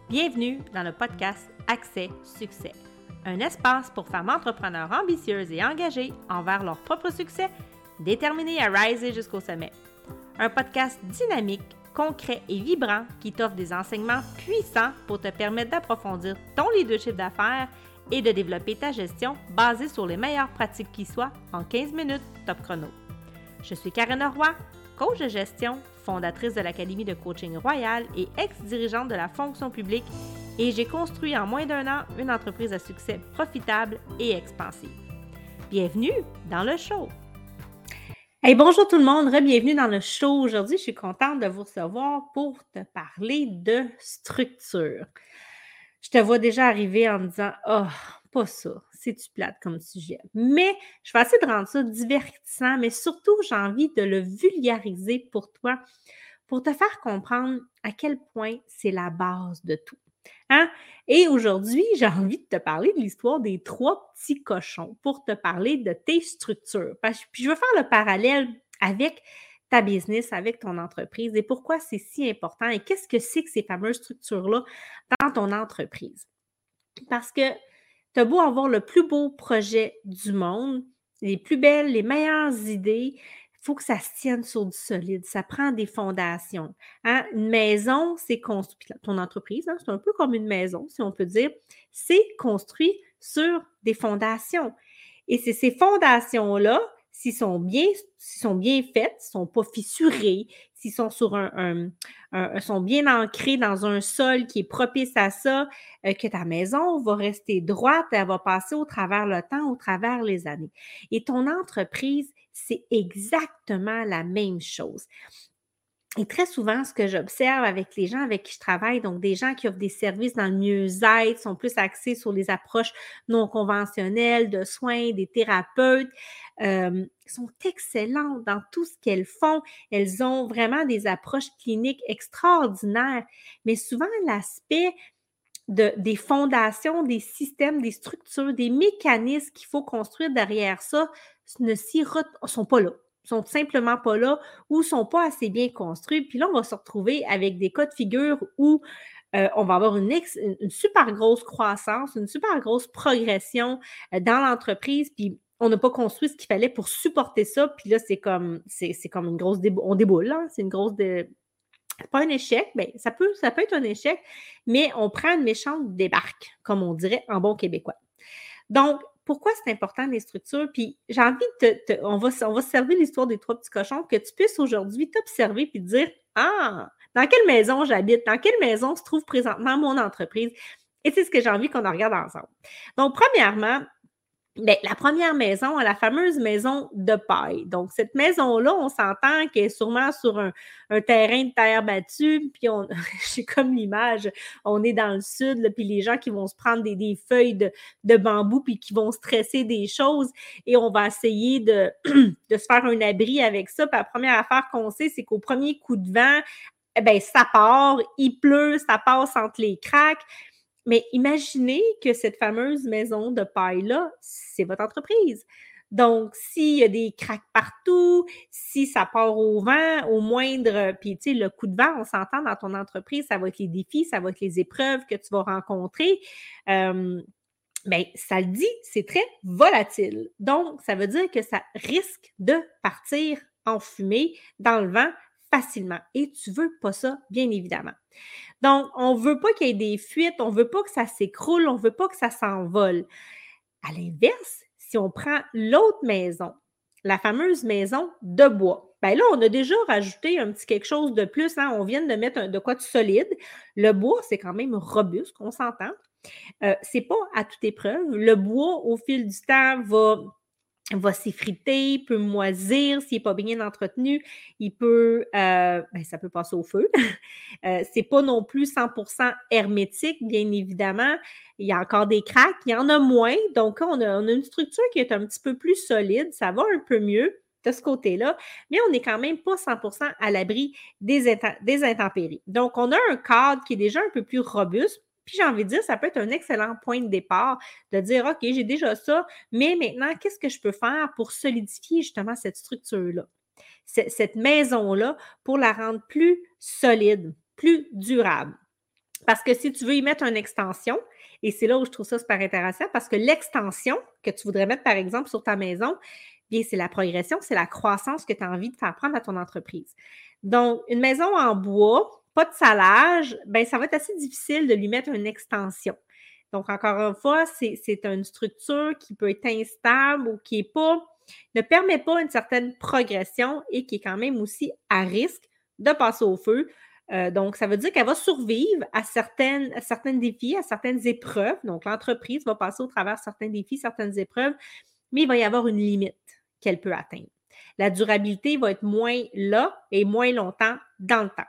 Bienvenue dans le podcast Accès Succès, un espace pour femmes entrepreneurs ambitieuses et engagées envers leur propre succès, déterminées à riser jusqu'au sommet. Un podcast dynamique, concret et vibrant qui t'offre des enseignements puissants pour te permettre d'approfondir ton leadership d'affaires et de développer ta gestion basée sur les meilleures pratiques qui soient en 15 minutes top chrono. Je suis Karen Roy, coach de gestion, fondatrice de l'Académie de coaching Royal et ex-dirigeante de la fonction publique, et j'ai construit en moins d'1 an une entreprise à succès profitable et expansive. Bienvenue dans le show! Hey, bonjour tout le monde, bienvenue dans le show. Aujourd'hui, je suis contente de vous recevoir pour te parler de structure. Je te vois déjà arriver en me disant « Oh, pas ça, c'est-tu plate comme sujet? » Mais je vais essayer de rendre ça divertissant, mais surtout, j'ai envie de le vulgariser pour toi, pour te faire comprendre à quel point c'est la base de tout. Hein? Et aujourd'hui, j'ai envie de te parler de l'histoire des 3 petits cochons pour te parler de tes structures. Puis je veux faire le parallèle avec ta business, avec ton entreprise et pourquoi c'est si important et qu'est-ce que c'est que ces fameuses structures-là dans ton entreprise. Parce que tu as beau avoir le plus beau projet du monde, les plus belles, les meilleures idées, il faut que ça se tienne sur du solide. Ça prend des fondations. Hein? Une maison, c'est construit. Ton entreprise, hein, c'est un peu comme une maison, si on peut dire. C'est construit sur des fondations. Et c'est ces fondations-là, s'ils sont bien faites, s'ils ne sont pas fissurés, s'ils sont sont bien ancrés dans un sol qui est propice à ça, que ta maison va rester droite, elle va passer au travers le temps, au travers les années. Et ton entreprise, c'est exactement la même chose. Et très souvent, ce que j'observe avec les gens avec qui je travaille, donc des gens qui offrent des services dans le mieux-être, sont plus axés sur les approches non conventionnelles de soins, des thérapeutes, sont excellentes dans tout ce qu'elles font. Elles ont vraiment des approches cliniques extraordinaires, mais souvent l'aspect des fondations, des systèmes, des structures, des mécanismes qu'il faut construire derrière ça sont pas là. Sont simplement pas là ou sont pas assez bien construits. Puis là, on va se retrouver avec des cas de figure où on va avoir une super grosse croissance, une super grosse progression dans l'entreprise, puis on n'a pas construit ce qu'il fallait pour supporter ça. Puis là, c'est comme une grosse on déboule, hein? C'est une grosse c'est pas un échec, bien, ça peut être un échec, mais on prend une méchante débarque, comme on dirait en bon québécois. Donc, pourquoi c'est important les structures? Puis j'ai envie on va se servir l'histoire des 3 petits cochons, que tu puisses aujourd'hui t'observer puis te dire « Ah, dans quelle maison j'habite? Dans quelle maison se trouve présentement mon entreprise? » Et c'est ce que j'ai envie qu'on en regarde ensemble. Donc, premièrement, bien, la première maison, la fameuse maison de paille. Donc, cette maison-là, on s'entend qu'elle est sûrement sur un terrain de terre battue, puis j'ai comme l'image, on est dans le sud, là, puis les gens qui vont se prendre des feuilles de bambou, puis qui vont stresser des choses, et on va essayer de se faire un abri avec ça. Puis la première affaire qu'on sait, c'est qu'au premier coup de vent, eh bien, ça part, il pleut, ça passe entre les craques. Mais imaginez que cette fameuse maison de paille-là, c'est votre entreprise. Donc, s'il y a des craques partout, si ça part au vent, au moindre, puis tu sais, le coup de vent, on s'entend dans ton entreprise, ça va être les défis, ça va être les épreuves que tu vas rencontrer. Bien, ça le dit, c'est très volatile. Donc, ça veut dire que ça risque de partir en fumée dans le vent facilement. Et tu veux pas ça, bien évidemment. Donc, on veut pas qu'il y ait des fuites, on veut pas que ça s'écroule, on veut pas que ça s'envole. À l'inverse, si on prend l'autre maison, la fameuse maison de bois, bien là, on a déjà rajouté un petit quelque chose de plus, hein? On vient de mettre de quoi de solide. Le bois, c'est quand même robuste, on s'entend. C'est pas à toute épreuve. Le bois, au fil du temps, va s'effriter, peut moisir s'il n'est pas bien entretenu, il peut, ça peut passer au feu. C'est pas non plus 100% hermétique, bien évidemment. Il y a encore des craques, il y en a moins. Donc, on a une structure qui est un petit peu plus solide, ça va un peu mieux de ce côté-là, mais on n'est quand même pas 100% à l'abri des intempéries. Donc, on a un cadre qui est déjà un peu plus robuste. Puis j'ai envie de dire, ça peut être un excellent point de départ de dire, OK, j'ai déjà ça, mais maintenant, qu'est-ce que je peux faire pour solidifier justement cette structure-là, cette maison-là, pour la rendre plus solide, plus durable? Parce que si tu veux y mettre une extension, et c'est là où je trouve ça super intéressant, parce que l'extension que tu voudrais mettre, par exemple, sur ta maison, bien, c'est la progression, c'est la croissance que tu as envie de faire prendre à ton entreprise. Donc, une maison en bois, pas de salage, bien, ça va être assez difficile de lui mettre une extension. Donc, encore une fois, c'est une structure qui peut être instable ou qui est pas, ne permet pas une certaine progression et qui est quand même aussi à risque de passer au feu. Donc, ça veut dire qu'elle va survivre à certains défis, à certaines épreuves. Donc, l'entreprise va passer au travers de certains défis, certaines épreuves, mais il va y avoir une limite qu'elle peut atteindre. La durabilité va être moins là et moins longtemps dans le temps.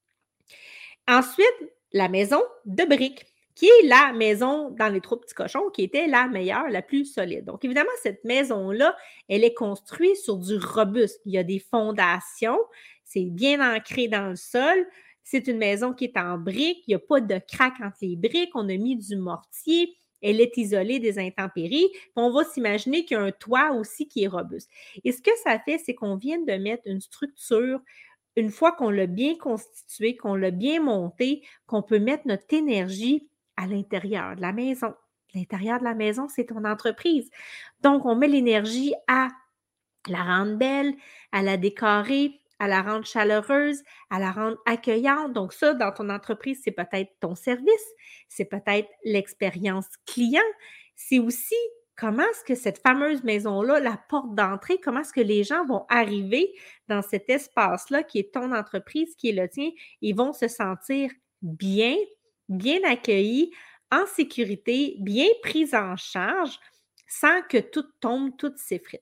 Ensuite, la maison de briques, qui est la maison dans les Trois petits cochons, qui était la meilleure, la plus solide. Donc, évidemment, cette maison-là, elle est construite sur du robuste. Il y a des fondations, c'est bien ancré dans le sol. C'est une maison qui est en briques, il n'y a pas de craque entre les briques, on a mis du mortier, elle est isolée des intempéries. On va s'imaginer qu'il y a un toit aussi qui est robuste. Et ce que ça fait, c'est qu'on vient de mettre une structure, une fois qu'on l'a bien constitué, qu'on l'a bien monté, qu'on peut mettre notre énergie à l'intérieur de la maison. L'intérieur de la maison, c'est ton entreprise. Donc, on met l'énergie à la rendre belle, à la décorer, à la rendre chaleureuse, à la rendre accueillante. Donc ça, dans ton entreprise, c'est peut-être ton service, c'est peut-être l'expérience client, c'est aussi comment est-ce que cette fameuse maison-là, la porte d'entrée, comment est-ce que les gens vont arriver dans cet espace-là qui est ton entreprise, qui est le tien, ils vont se sentir bien, bien accueillis, en sécurité, bien pris en charge, sans que tout tombe, tout s'effrite.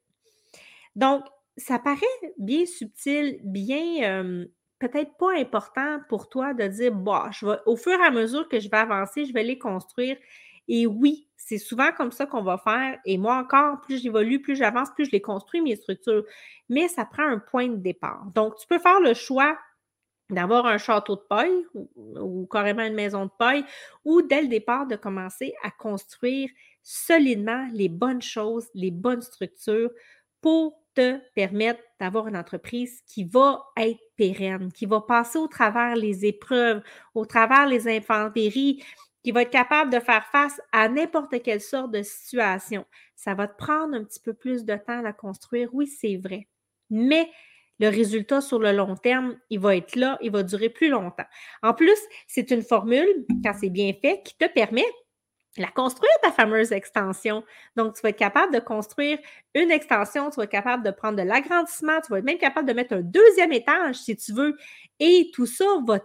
Donc, ça paraît bien subtil, bien, peut-être pas important pour toi de dire: «Bah, je vais au fur et à mesure que je vais avancer, je vais les construire» et oui, c'est souvent comme ça qu'on va faire et moi encore, plus j'évolue, plus j'avance, plus je les construis mes structures, mais ça prend un point de départ. Donc, tu peux faire le choix d'avoir un château de paille ou carrément une maison de paille ou dès le départ de commencer à construire solidement les bonnes choses, les bonnes structures pour te permettre d'avoir une entreprise qui va être pérenne, qui va passer au travers les épreuves, au travers les intempéries, qui va être capable de faire face à n'importe quelle sorte de situation. Ça va te prendre un petit peu plus de temps à la construire, oui, c'est vrai. Mais le résultat sur le long terme, il va être là, il va durer plus longtemps. En plus, c'est une formule, quand c'est bien fait, qui te permet de la construire, ta fameuse extension. Donc, tu vas être capable de construire une extension, tu vas être capable de prendre de l'agrandissement, tu vas être même capable de mettre un deuxième étage si tu veux. Et tout ça va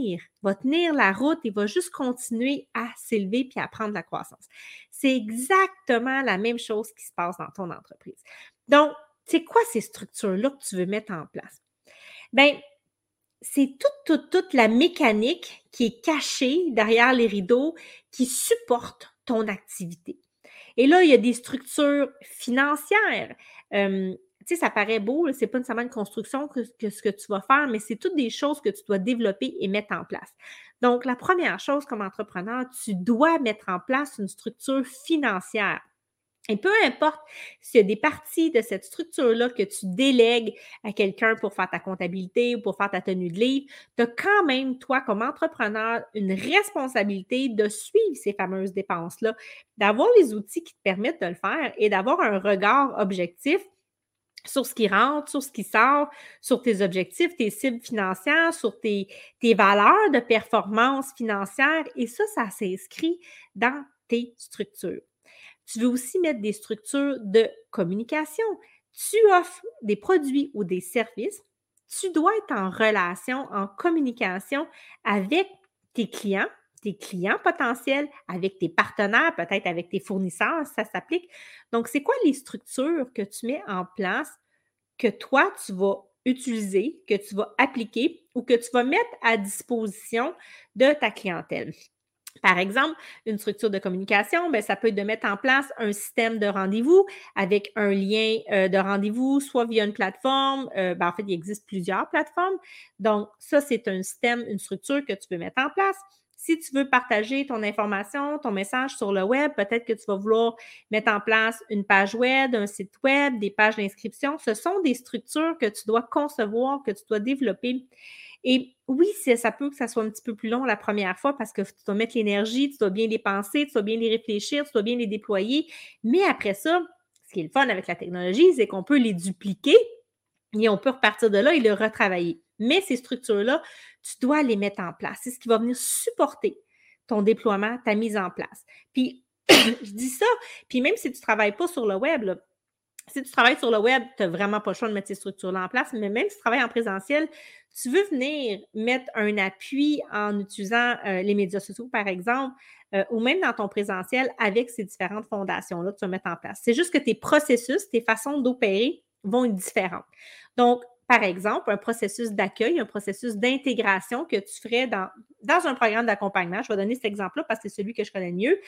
tenir la route et va juste continuer à s'élever puis à prendre de la croissance. C'est exactement la même chose qui se passe dans ton entreprise. Donc, c'est quoi ces structures-là que tu veux mettre en place? Bien, c'est toute la mécanique qui est cachée derrière les rideaux qui supporte ton activité. Et là, il y a des structures financières. Tu sais, ça paraît beau, c'est pas nécessairement une construction que ce que tu vas faire, mais c'est toutes des choses que tu dois développer et mettre en place. Donc, la première chose comme entrepreneur, tu dois mettre en place une structure financière. Et peu importe s'il y a des parties de cette structure-là que tu délègues à quelqu'un pour faire ta comptabilité ou pour faire ta tenue de livre, tu as quand même, toi, comme entrepreneur, une responsabilité de suivre ces fameuses dépenses-là, d'avoir les outils qui te permettent de le faire et d'avoir un regard objectif sur ce qui rentre, sur ce qui sort, sur tes objectifs, tes cibles financières, sur tes valeurs de performance financière. Et ça s'inscrit dans tes structures. Tu veux aussi mettre des structures de communication. Tu offres des produits ou des services. Tu dois être en relation, en communication avec tes clients potentiels, avec tes partenaires, peut-être avec tes fournisseurs, ça s'applique. Donc, c'est quoi les structures que tu mets en place que toi, tu vas utiliser, que tu vas appliquer ou que tu vas mettre à disposition de ta clientèle? Par exemple, une structure de communication, bien, ça peut être de mettre en place un système de rendez-vous avec un lien de rendez-vous, soit via une plateforme. En fait, il existe plusieurs plateformes. Donc, ça, c'est un système, une structure que tu peux mettre en place. Si tu veux partager ton information, ton message sur le web, peut-être que tu vas vouloir mettre en place une page web, un site web, des pages d'inscription. Ce sont des structures que tu dois concevoir, que tu dois développer. Et oui, ça peut que ça soit un petit peu plus long la première fois parce que tu dois mettre l'énergie, tu dois bien les penser, tu dois bien les réfléchir, tu dois bien les déployer. Mais après ça, ce qui est le fun avec la technologie, c'est qu'on peut les dupliquer et on peut repartir de là et le retravailler. Mais ces structures-là, tu dois les mettre en place. C'est ce qui va venir supporter ton déploiement, ta mise en place. Puis, je dis ça, puis même si tu ne travailles pas sur le web, là, si tu travailles sur le web, tu n'as vraiment pas le choix de mettre ces structures-là en place, mais même si tu travailles en présentiel, tu veux venir mettre un appui en utilisant les médias sociaux, par exemple, ou même dans ton présentiel avec ces différentes fondations-là que tu vas mettre en place. C'est juste que tes processus, tes façons d'opérer vont être différentes. Donc, par exemple, un processus d'accueil, un processus d'intégration que tu ferais dans un programme d'accompagnement. Je vais donner cet exemple-là parce que c'est celui que je connais le mieux.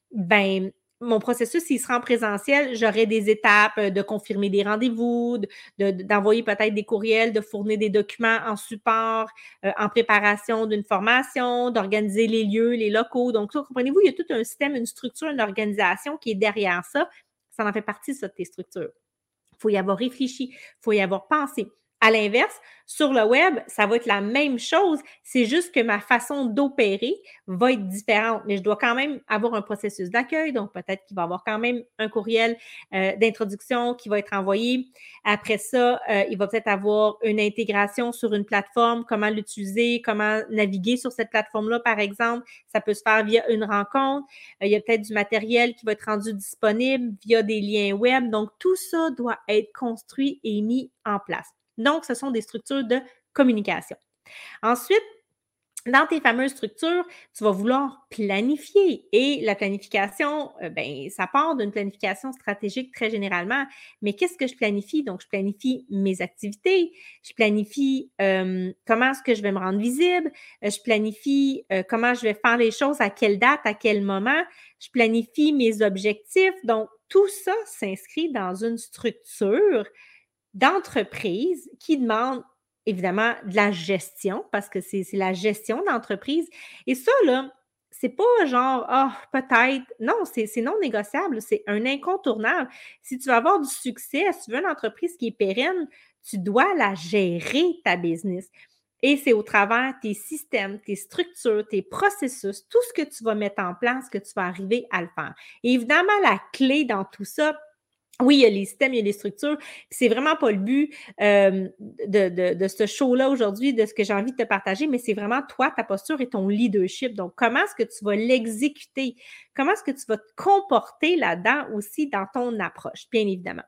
Ben, mon processus, s'il sera en présentiel, j'aurai des étapes de confirmer des rendez-vous, d'envoyer peut-être des courriels, de fournir des documents en support, en préparation d'une formation, d'organiser les lieux, les locaux. Donc, ça, comprenez-vous, il y a tout un système, une structure, une organisation qui est derrière ça. Ça en fait partie, ça, de tes structures. Il faut y avoir réfléchi, il faut y avoir pensé. À l'inverse, sur le web, ça va être la même chose, c'est juste que ma façon d'opérer va être différente, mais je dois quand même avoir un processus d'accueil, donc peut-être qu'il va y avoir quand même un courriel d'introduction qui va être envoyé. Après ça, il va peut-être avoir une intégration sur une plateforme, comment l'utiliser, comment naviguer sur cette plateforme-là, par exemple. Ça peut se faire via une rencontre. Il y a peut-être du matériel qui va être rendu disponible via des liens web. Donc, tout ça doit être construit et mis en place. Donc, ce sont des structures de communication. Ensuite, dans tes fameuses structures, tu vas vouloir planifier et la planification, ça part d'une planification stratégique très généralement. Mais qu'est-ce que je planifie? Donc, je planifie mes activités, je planifie comment est-ce que je vais me rendre visible, je planifie comment je vais faire les choses, à quelle date, à quel moment, je planifie mes objectifs. Donc, tout ça s'inscrit dans une structure d'entreprise qui demande évidemment de la gestion parce que c'est la gestion d'entreprise. Et ça, là, c'est pas genre, ah, peut-être. Non, c'est non négociable, c'est un incontournable. Si tu veux avoir du succès, si tu veux une entreprise qui est pérenne, tu dois la gérer, ta business. Et c'est au travers tes systèmes, tes structures, tes processus, tout ce que tu vas mettre en place que tu vas arriver à le faire. Et évidemment, la clé dans tout ça, oui, il y a les systèmes, il y a les structures, puis c'est vraiment pas le but de ce show-là aujourd'hui, de ce que j'ai envie de te partager, mais c'est vraiment toi, ta posture et ton leadership. Donc, comment est-ce que tu vas l'exécuter? Comment est-ce que tu vas te comporter là-dedans aussi dans ton approche, bien évidemment.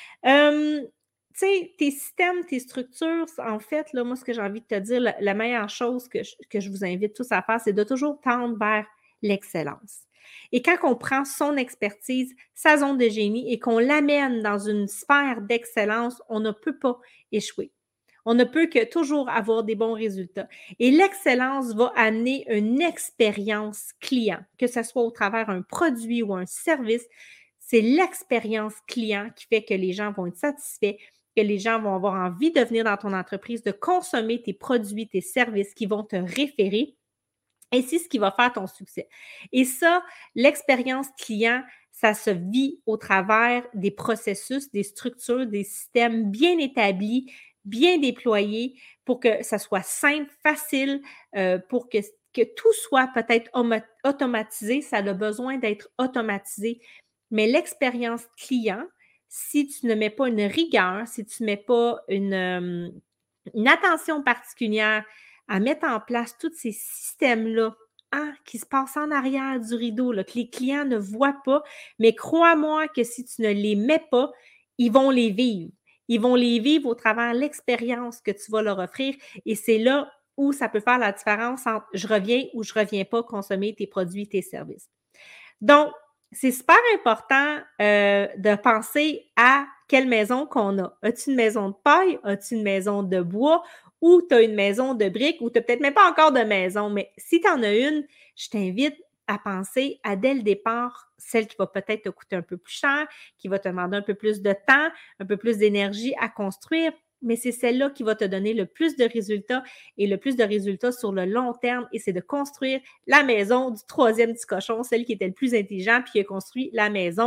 Tu sais, tes systèmes, tes structures, en fait, là, moi, ce que j'ai envie de te dire, la meilleure chose que je vous invite tous à faire, c'est de toujours tendre vers l'excellence. Et quand on prend son expertise, sa zone de génie et qu'on l'amène dans une sphère d'excellence, on ne peut pas échouer. On ne peut que toujours avoir des bons résultats. Et l'excellence va amener une expérience client, que ce soit au travers d'un produit ou un service. C'est l'expérience client qui fait que les gens vont être satisfaits, que les gens vont avoir envie de venir dans ton entreprise, de consommer tes produits, tes services qui vont te référer. Et c'est ce qui va faire ton succès. Et ça, l'expérience client, ça se vit au travers des processus, des structures, des systèmes bien établis, bien déployés pour que ça soit simple, facile, pour que tout soit peut-être automatisé. Ça a besoin d'être automatisé. Mais l'expérience client, si tu ne mets pas une rigueur, si tu ne mets pas une attention particulière à mettre en place tous ces systèmes-là qui se passent en arrière du rideau, là, que les clients ne voient pas, mais crois-moi que si tu ne les mets pas, ils vont les vivre. Ils vont les vivre au travers de l'expérience que tu vas leur offrir et c'est là où ça peut faire la différence entre je reviens ou je ne reviens pas consommer tes produits, tes services. Donc, c'est super important de penser à quelle maison qu'on a. As-tu une maison de paille? As-tu une maison de bois? Ou tu as une maison de briques? Ou tu n'as peut-être même pas encore de maison. Mais si tu en as une, je t'invite à penser à dès le départ, celle qui va peut-être te coûter un peu plus cher, qui va te demander un peu plus de temps, un peu plus d'énergie à construire, mais c'est celle-là qui va te donner le plus de résultats et le plus de résultats sur le long terme et c'est de construire la maison du troisième petit cochon, celle qui était le plus intelligent puis qui a construit la maison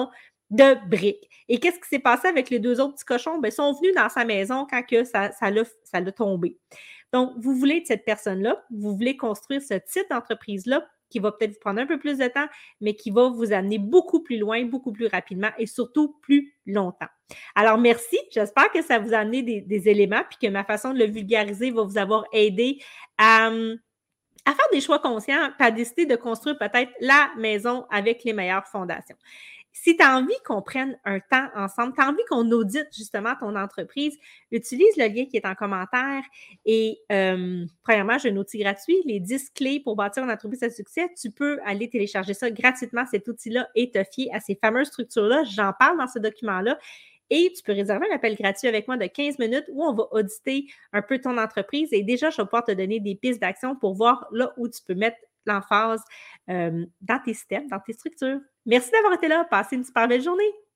de briques. Et qu'est-ce qui s'est passé avec les 2 autres petits cochons? Bien, ils sont venus dans sa maison quand que ça l'a tombé. Donc, vous voulez être cette personne-là, vous voulez construire ce type d'entreprise-là qui va peut-être vous prendre un peu plus de temps, mais qui va vous amener beaucoup plus loin, beaucoup plus rapidement et surtout plus longtemps. Alors, merci. J'espère que ça vous a amené des éléments puis que ma façon de le vulgariser va vous avoir aidé à, à faire des choix conscients, puis à décider de construire peut-être la maison avec les meilleures fondations. Si tu as envie qu'on prenne un temps ensemble, tu as envie qu'on audite justement ton entreprise, utilise le lien qui est en commentaire et premièrement, j'ai un outil gratuit, les 10 clés pour bâtir une entreprise à succès. Tu peux aller télécharger ça gratuitement, cet outil-là, et te fier à ces fameuses structures-là. J'en parle dans ce document-là. Et tu peux réserver un appel gratuit avec moi de 15 minutes où on va auditer un peu ton entreprise. Et déjà, je vais pouvoir te donner des pistes d'action pour voir là où tu peux mettre l'emphase dans tes systèmes, dans tes structures. Merci d'avoir été là. Passez une super belle journée.